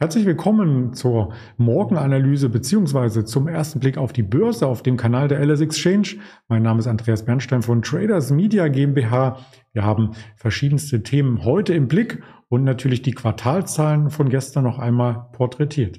Herzlich willkommen zur Morgenanalyse bzw. zum ersten Blick auf die Börse auf dem Kanal der LS Exchange. Mein Name ist Andreas Bernstein von Traders Media GmbH. Wir haben verschiedenste Themen heute im Blick und natürlich die Quartalszahlen von gestern noch einmal porträtiert.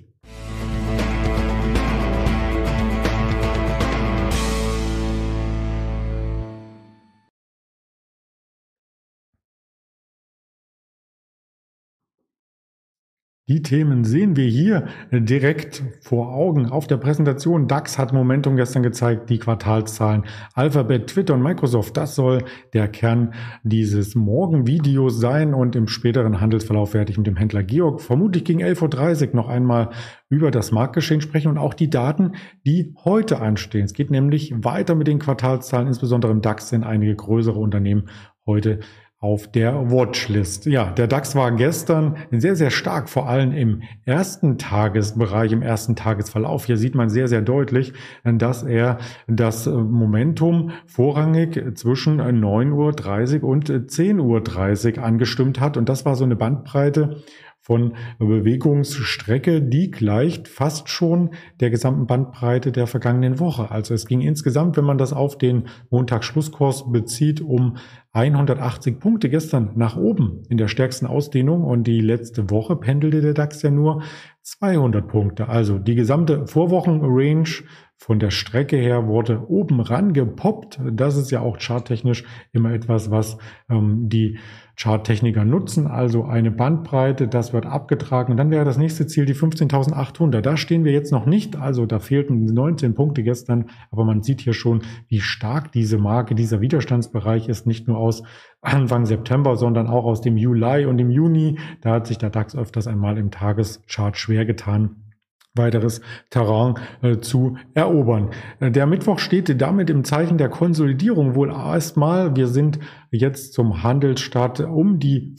Die Themen sehen wir hier direkt vor Augen auf der Präsentation. DAX hat Momentum gestern gezeigt, die Quartalszahlen. Alphabet, Twitter und Microsoft, das soll der Kern dieses Morgenvideos sein. Und im späteren Handelsverlauf werde ich mit dem Händler Georg vermutlich gegen 11.30 Uhr noch einmal über das Marktgeschehen sprechen und auch die Daten, die heute anstehen. Es geht nämlich weiter mit den Quartalszahlen, insbesondere im DAX sind einige größere Unternehmen heute auf der Watchlist. Ja, der DAX war gestern sehr, sehr stark, vor allem im ersten Tagesbereich, im ersten Tagesverlauf. Hier sieht man sehr, sehr deutlich, dass er das Momentum vorrangig zwischen 9.30 Uhr und 10.30 Uhr angestimmt hat. Und das war so eine Bandbreite von Bewegungsstrecke, die gleicht fast schon der gesamten Bandbreite der vergangenen Woche. Also es ging insgesamt, wenn man das auf den Montagsschlusskurs bezieht, um 180 Punkte gestern nach oben in der stärksten Ausdehnung und die letzte Woche pendelte der DAX ja nur 200 Punkte. Also die gesamte Vorwochenrange von der Strecke her wurde oben ran gepoppt. Das ist ja auch charttechnisch immer etwas, was die Charttechniker nutzen. Also eine Bandbreite, das wird abgetragen. Und dann wäre das nächste Ziel die 15.800. Da stehen wir jetzt noch nicht. Also da fehlten 19 Punkte gestern. Aber man sieht hier schon, wie stark diese Marke, dieser Widerstandsbereich ist. Nicht nur aus Anfang September, sondern auch aus dem Juli und im Juni. Da hat sich der DAX öfters einmal im Tageschart schwer getan, weiteres Terrain zu erobern. Der Mittwoch steht damit im Zeichen der Konsolidierung wohl erstmal. Wir sind jetzt zum Handelsstart um die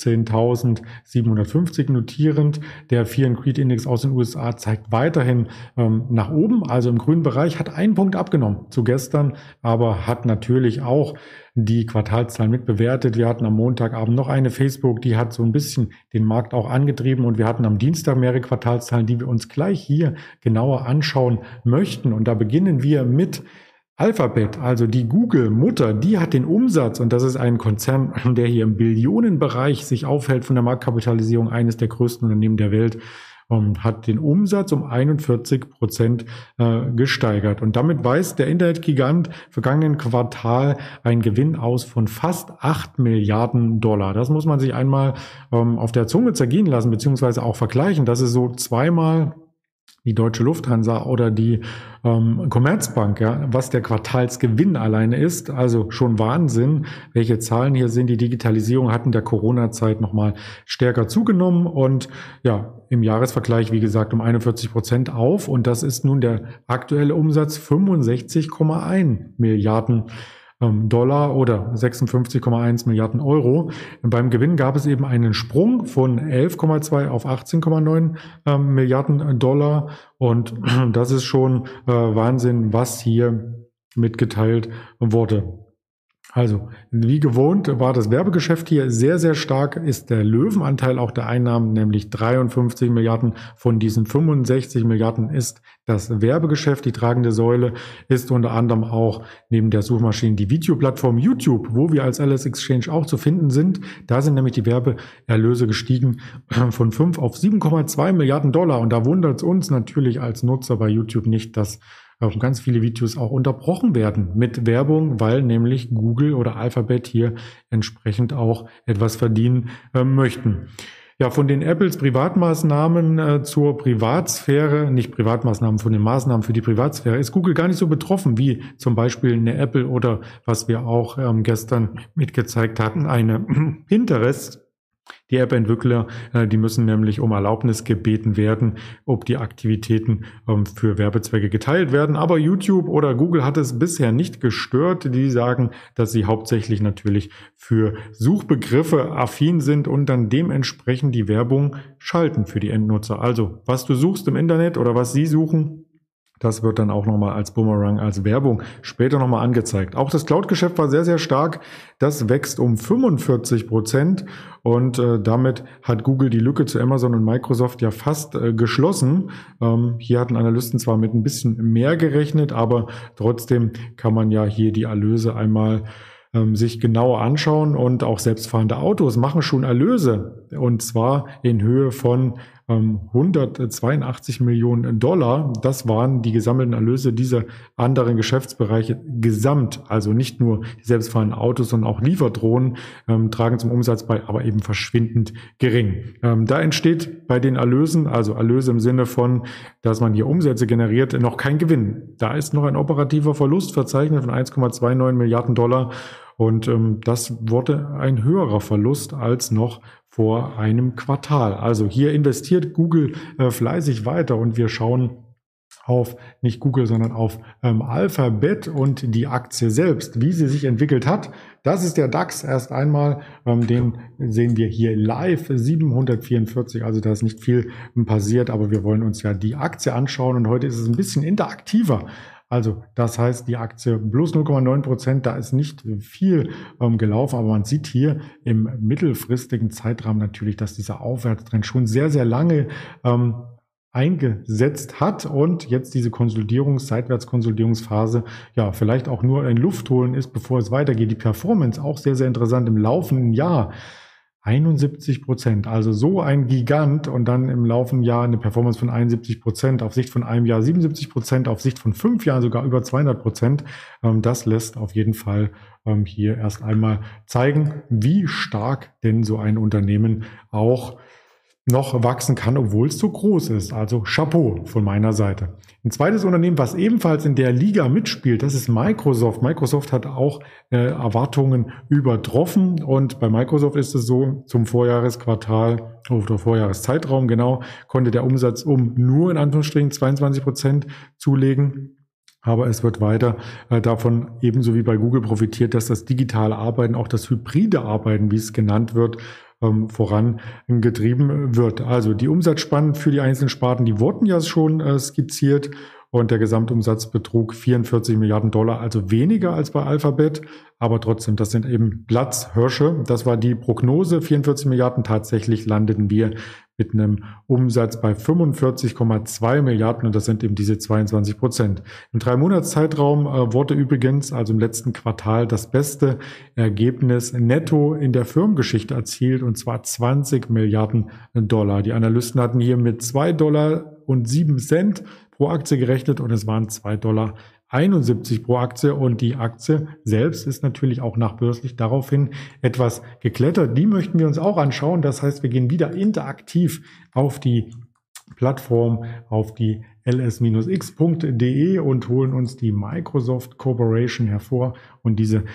15.750 notierend. Der Fear and Greed Index aus den USA zeigt weiterhin nach oben, also im grünen Bereich, hat einen Punkt abgenommen zu gestern, aber hat natürlich auch die Quartalszahlen mit bewertet. Wir hatten am Montagabend noch eine Facebook, die hat so ein bisschen den Markt auch angetrieben und wir hatten am Dienstag mehrere Quartalszahlen, die wir uns gleich hier genauer anschauen möchten. Und da beginnen wir mit Alphabet, also die Google-Mutter, die hat den Umsatz, und das ist ein Konzern, der hier im Billionenbereich sich aufhält von der Marktkapitalisierung, eines der größten Unternehmen der Welt, hat den Umsatz um 41% gesteigert. Und damit weist der Internetgigant vergangenen Quartal einen Gewinn aus von fast 8 Milliarden Dollar. Das muss man sich einmal auf der Zunge zergehen lassen, beziehungsweise auch vergleichen. Das ist so zweimal die Deutsche Lufthansa oder die Commerzbank, ja, was der Quartalsgewinn alleine ist. Also schon Wahnsinn, welche Zahlen hier sind. Die Digitalisierung hat in der Corona-Zeit nochmal stärker zugenommen und ja, im Jahresvergleich, wie gesagt, um 41% auf. Und das ist nun der aktuelle Umsatz 65,1 Milliarden Dollar oder 56,1 Milliarden Euro. Beim Gewinn gab es eben einen Sprung von 11,2 auf 18,9 Milliarden Dollar und das ist schon Wahnsinn, was hier mitgeteilt wurde. Also, wie gewohnt war das Werbegeschäft hier sehr, sehr stark, ist der Löwenanteil auch der Einnahmen, nämlich 53 Milliarden von diesen 65 Milliarden ist das Werbegeschäft. Die tragende Säule ist unter anderem auch neben der Suchmaschine die Videoplattform YouTube, wo wir als LS Exchange auch zu finden sind. Da sind nämlich die Werbeerlöse gestiegen von 5 auf 7,2 Milliarden Dollar. Und da wundert es uns natürlich als Nutzer bei YouTube nicht, dass ganz viele Videos auch unterbrochen werden mit Werbung, weil nämlich Google oder Alphabet hier entsprechend auch etwas verdienen möchten. Ja, von den Apples Privatmaßnahmen zur Privatsphäre, nicht Privatmaßnahmen, von den Maßnahmen für die Privatsphäre, ist Google gar nicht so betroffen wie zum Beispiel eine Apple oder was wir auch gestern mitgezeigt hatten, eine Pinterest. Die App-Entwickler, die müssen nämlich um Erlaubnis gebeten werden, ob die Aktivitäten für Werbezwecke geteilt werden. Aber YouTube oder Google hat es bisher nicht gestört. Die sagen, dass sie hauptsächlich natürlich für Suchbegriffe affin sind und dann dementsprechend die Werbung schalten für die Endnutzer. Also, was du suchst im Internet oder was sie suchen, Das wird dann auch nochmal als Boomerang, als Werbung später nochmal angezeigt. Auch das Cloud-Geschäft war sehr, sehr stark. Das wächst um 45% und damit hat Google die Lücke zu Amazon und Microsoft ja fast geschlossen. Hier hatten Analysten zwar mit ein bisschen mehr gerechnet, aber trotzdem kann man ja hier die Erlöse einmal sich genauer anschauen, und auch selbstfahrende Autos machen schon Erlöse, und zwar in Höhe von 182 Millionen Dollar. Das waren die gesammelten Erlöse dieser anderen Geschäftsbereiche gesamt. Also nicht nur die selbstfahrenden Autos, sondern auch Lieferdrohnen tragen zum Umsatz bei, aber eben verschwindend gering. Da entsteht bei den Erlösen, also Erlöse im Sinne von, dass man hier Umsätze generiert, noch kein Gewinn. Da ist noch ein operativer Verlust verzeichnet von 1,29 Milliarden Dollar. Und das wurde ein höherer Verlust als noch vor einem Quartal. Also hier investiert Google fleißig weiter, und wir schauen auf nicht Google, sondern auf Alphabet und die Aktie selbst, wie sie sich entwickelt hat. Das ist der DAX erst einmal, den sehen wir hier live, 744, also da ist nicht viel passiert, aber wir wollen uns ja die Aktie anschauen, und heute ist es ein bisschen interaktiver. Also das heißt, die Aktie plus 0,9%, da ist nicht viel gelaufen, aber man sieht hier im mittelfristigen Zeitrahmen natürlich, dass dieser Aufwärtstrend schon sehr, sehr lange eingesetzt hat und jetzt diese Seitwärtskonsolidierungsphase ja vielleicht auch nur ein Luftholen ist, bevor es weitergeht. Die Performance auch sehr, sehr interessant im laufenden Jahr. 71%, also so ein Gigant, und dann im laufenden Jahr eine Performance von 71%, auf Sicht von einem Jahr 77%, auf Sicht von 5 Jahren sogar über 200%. Das lässt auf jeden Fall hier erst einmal zeigen, wie stark denn so ein Unternehmen auch noch wachsen kann, obwohl es so groß ist. Also Chapeau von meiner Seite. Ein zweites Unternehmen, was ebenfalls in der Liga mitspielt, das ist Microsoft. Microsoft hat auch Erwartungen übertroffen, und bei Microsoft ist es so, zum Vorjahresquartal oder Vorjahreszeitraum genau, konnte der Umsatz um nur in Anführungsstrichen 22% zulegen. Aber es wird weiter davon, ebenso wie bei Google, profitiert, dass das digitale Arbeiten, auch das hybride Arbeiten, wie es genannt wird, vorangetrieben wird. Also die Umsatzspannen für die einzelnen Sparten, die wurden ja schon skizziert, und der Gesamtumsatz betrug 44 Milliarden Dollar, also weniger als bei Alphabet, aber trotzdem, das sind eben Platzhirsche. Das war die Prognose, 44 Milliarden. Tatsächlich landeten wir mit einem Umsatz bei 45,2 Milliarden, und das sind eben diese 22%. Im 3-Monats-Zeitraum wurde übrigens, also im letzten Quartal, das beste Ergebnis netto in der Firmengeschichte erzielt, und zwar 20 Milliarden Dollar. Die Analysten hatten hier mit $2,07 pro Aktie gerechnet, und es waren $2,71 pro Aktie, und die Aktie selbst ist natürlich auch nachbörslich daraufhin etwas geklettert. Die möchten wir uns auch anschauen. Das heißt, wir gehen wieder interaktiv auf die Plattform, auf die ls-x.de und holen uns die Microsoft Corporation hervor, und diese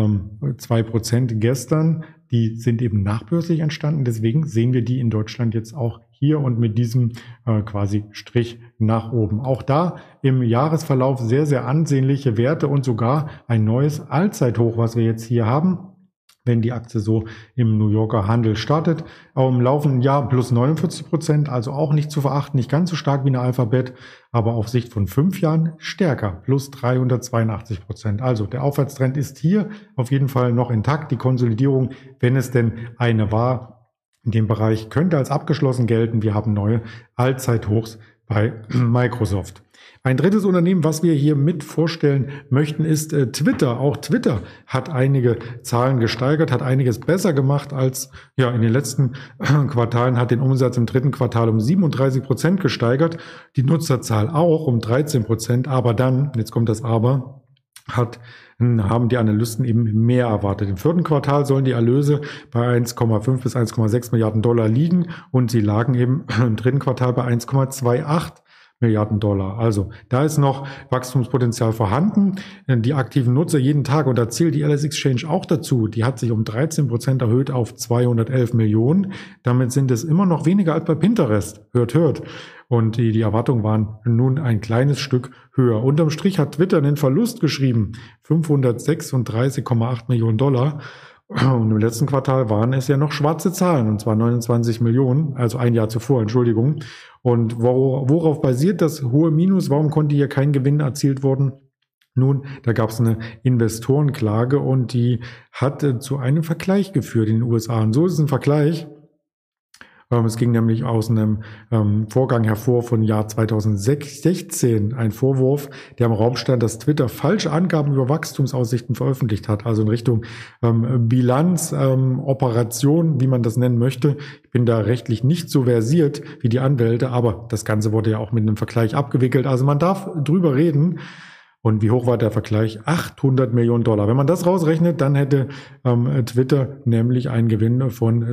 2% gestern, die sind eben nachbörslich entstanden. Deswegen sehen wir die in Deutschland jetzt auch hier und mit diesem quasi Strich nach oben. Auch da im Jahresverlauf sehr, sehr ansehnliche Werte und sogar ein neues Allzeithoch, was wir jetzt hier haben, wenn die Aktie so im New Yorker Handel startet. Auch im laufenden Jahr plus 49%, also auch nicht zu verachten, nicht ganz so stark wie eine Alphabet, aber auf Sicht von 5 Jahren stärker, plus 382%. Also der Aufwärtstrend ist hier auf jeden Fall noch intakt. Die Konsolidierung, wenn es denn eine war, in dem Bereich könnte als abgeschlossen gelten. Wir haben neue Allzeithochs bei Microsoft. Ein drittes Unternehmen, was wir hier mit vorstellen möchten, ist Twitter. Auch Twitter hat einige Zahlen gesteigert, hat einiges besser gemacht als in den letzten Quartalen, hat den Umsatz im dritten Quartal um 37% gesteigert, die Nutzerzahl auch um 13%, aber dann, jetzt kommt das Aber, haben die Analysten eben mehr erwartet. Im vierten Quartal sollen die Erlöse bei 1,5 bis 1,6 Milliarden Dollar liegen, und sie lagen eben im dritten Quartal bei 1,28 Milliarden Dollar. Also da ist noch Wachstumspotenzial vorhanden. Die aktiven Nutzer jeden Tag, und da zählt die LS Exchange auch dazu, die hat sich um 13% erhöht auf 211 Millionen. Damit sind es immer noch weniger als bei Pinterest. Hört. Und die Erwartungen waren nun ein kleines Stück höher. Unterm Strich hat Twitter einen Verlust geschrieben, 536,8 Millionen Dollar. Und im letzten Quartal waren es ja noch schwarze Zahlen, und zwar 29 Millionen, also ein Jahr zuvor, Entschuldigung. Und worauf basiert das hohe Minus? Warum konnte hier kein Gewinn erzielt worden? Nun, da gab es eine Investorenklage und die hat zu einem Vergleich geführt in den USA. Und so ist es ein Vergleich. Es ging nämlich aus einem Vorgang hervor von Jahr 2016, ein Vorwurf, der im Raum stand, dass Twitter falsche Angaben über Wachstumsaussichten veröffentlicht hat, also in Richtung Bilanz, Operation, wie man das nennen möchte. Ich bin da rechtlich nicht so versiert wie die Anwälte, aber das Ganze wurde ja auch mit einem Vergleich abgewickelt. Also man darf drüber reden. Und wie hoch war der Vergleich? 800 Millionen Dollar. Wenn man das rausrechnet, dann hätte Twitter nämlich einen Gewinn von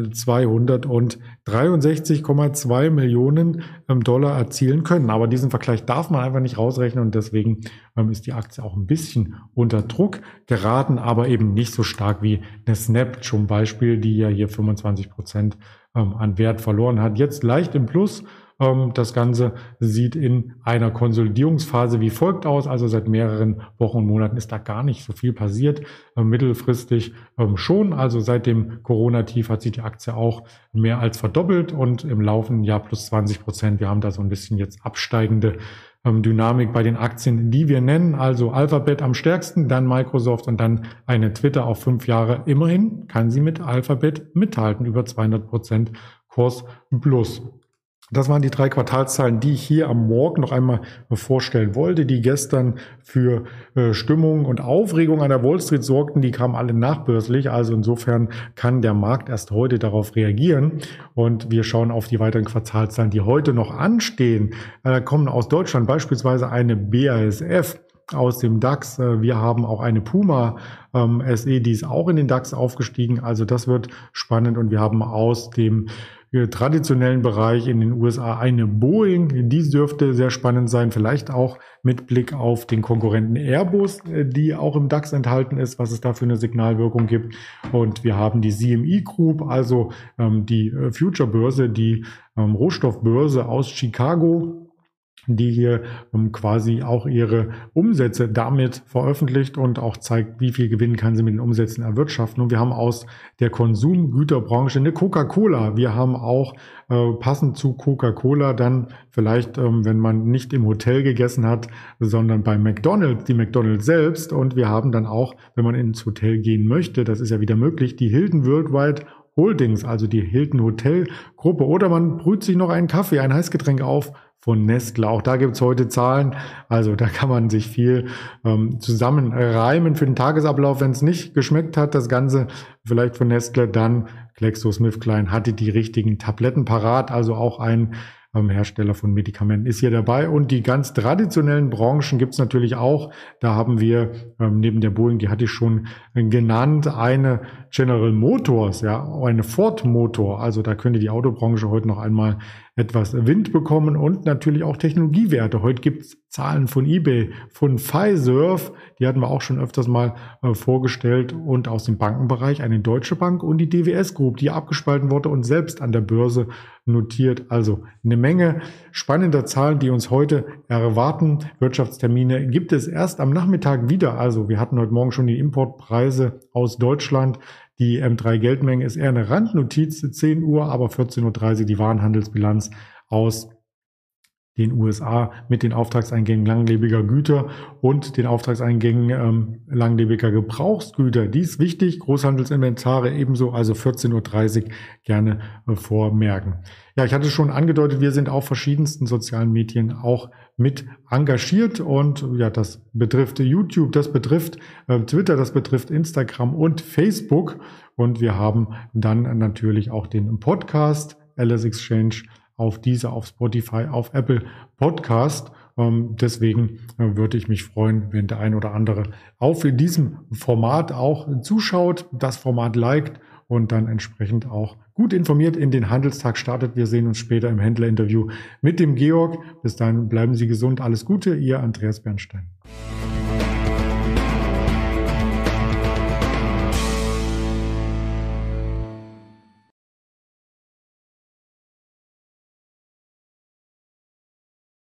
263,2 Millionen Dollar erzielen können. Aber diesen Vergleich darf man einfach nicht rausrechnen und deswegen ist die Aktie auch ein bisschen unter Druck geraten, aber eben nicht so stark wie eine Snap zum Beispiel, die ja hier 25% an Wert verloren hat. Jetzt leicht im Plus. Das Ganze sieht in einer Konsolidierungsphase wie folgt aus. Also seit mehreren Wochen und Monaten ist da gar nicht so viel passiert. Mittelfristig schon. Also seit dem Corona-Tief hat sich die Aktie auch mehr als verdoppelt und im laufenden Jahr plus 20%. Wir haben da so ein bisschen jetzt absteigende Dynamik bei den Aktien, die wir nennen. Also Alphabet am stärksten, dann Microsoft und dann eine Twitter auf 5 Jahre. Immerhin kann sie mit Alphabet mithalten, über 200% Kurs plus. Das waren die 3 Quartalszahlen, die ich hier am Morgen noch einmal vorstellen wollte, die gestern für Stimmung und Aufregung an der Wall Street sorgten. Die kamen alle nachbörslich, also insofern kann der Markt erst heute darauf reagieren. Und wir schauen auf die weiteren Quartalszahlen, die heute noch anstehen. Kommen aus Deutschland beispielsweise eine BASF aus dem DAX. Wir haben auch eine Puma SE, die ist auch in den DAX aufgestiegen. Also das wird spannend. Und wir haben aus dem traditionellen Bereich in den USA eine Boeing, die dürfte sehr spannend sein, vielleicht auch mit Blick auf den Konkurrenten Airbus, die auch im DAX enthalten ist, was es da für eine Signalwirkung gibt. Und wir haben die CME Group, also die Future-Börse, die Rohstoffbörse aus Chicago, die hier quasi auch ihre Umsätze damit veröffentlicht und auch zeigt, wie viel Gewinn kann sie mit den Umsätzen erwirtschaften. Und wir haben aus der Konsumgüterbranche eine Coca-Cola. Wir haben auch passend zu Coca-Cola dann vielleicht, wenn man nicht im Hotel gegessen hat, sondern bei McDonald's, die McDonald's selbst. Und wir haben dann auch, wenn man ins Hotel gehen möchte, das ist ja wieder möglich, die Hilton Worldwide Holdings, also die Hilton Hotel Gruppe. Oder man brüht sich noch einen Kaffee, ein Heißgetränk auf von Nestle. Auch da gibt's heute Zahlen. Also da kann man sich viel zusammenreimen für den Tagesablauf. Wenn es nicht geschmeckt hat, das Ganze vielleicht von Nestle, dann GlaxoSmithKline hatte die richtigen Tabletten parat. Also auch ein Hersteller von Medikamenten ist hier dabei. Und die ganz traditionellen Branchen gibt's natürlich auch. Da haben wir neben der Boeing, die hatte ich schon genannt, eine General Motors, ja, eine Ford Motor. Also da könnte die Autobranche heute noch einmal etwas Wind bekommen und natürlich auch Technologiewerte. Heute gibt's Zahlen von eBay, von Fiserv, die hatten wir auch schon öfters mal vorgestellt, und aus dem Bankenbereich eine Deutsche Bank und die DWS Group, die abgespalten wurde und selbst an der Börse notiert. Also eine Menge spannender Zahlen, die uns heute erwarten. Wirtschaftstermine gibt es erst am Nachmittag wieder. Also wir hatten heute Morgen schon die Importpreise aus Deutschland. Die M3-Geldmenge ist eher eine Randnotiz, 10 Uhr, aber 14.30 Uhr die Warenhandelsbilanz aus den USA mit den Auftragseingängen langlebiger Güter und den Auftragseingängen langlebiger Gebrauchsgüter. Dies wichtig, Großhandelsinventare ebenso, also 14.30 Uhr gerne vormerken. Ja, ich hatte schon angedeutet, wir sind auf verschiedensten sozialen Medien auch mit engagiert und ja, das betrifft YouTube, das betrifft Twitter, das betrifft Instagram und Facebook, und wir haben dann natürlich auch den Podcast LS Exchange auf diese, auf Spotify, auf Apple Podcast. Deswegen würde ich mich freuen, wenn der ein oder andere auf diesem Format auch zuschaut, das Format liked und dann entsprechend auch gut informiert in den Handelstag startet. Wir sehen uns später im Händlerinterview mit dem Georg. Bis dahin bleiben Sie gesund. Alles Gute, Ihr Andreas Bernstein.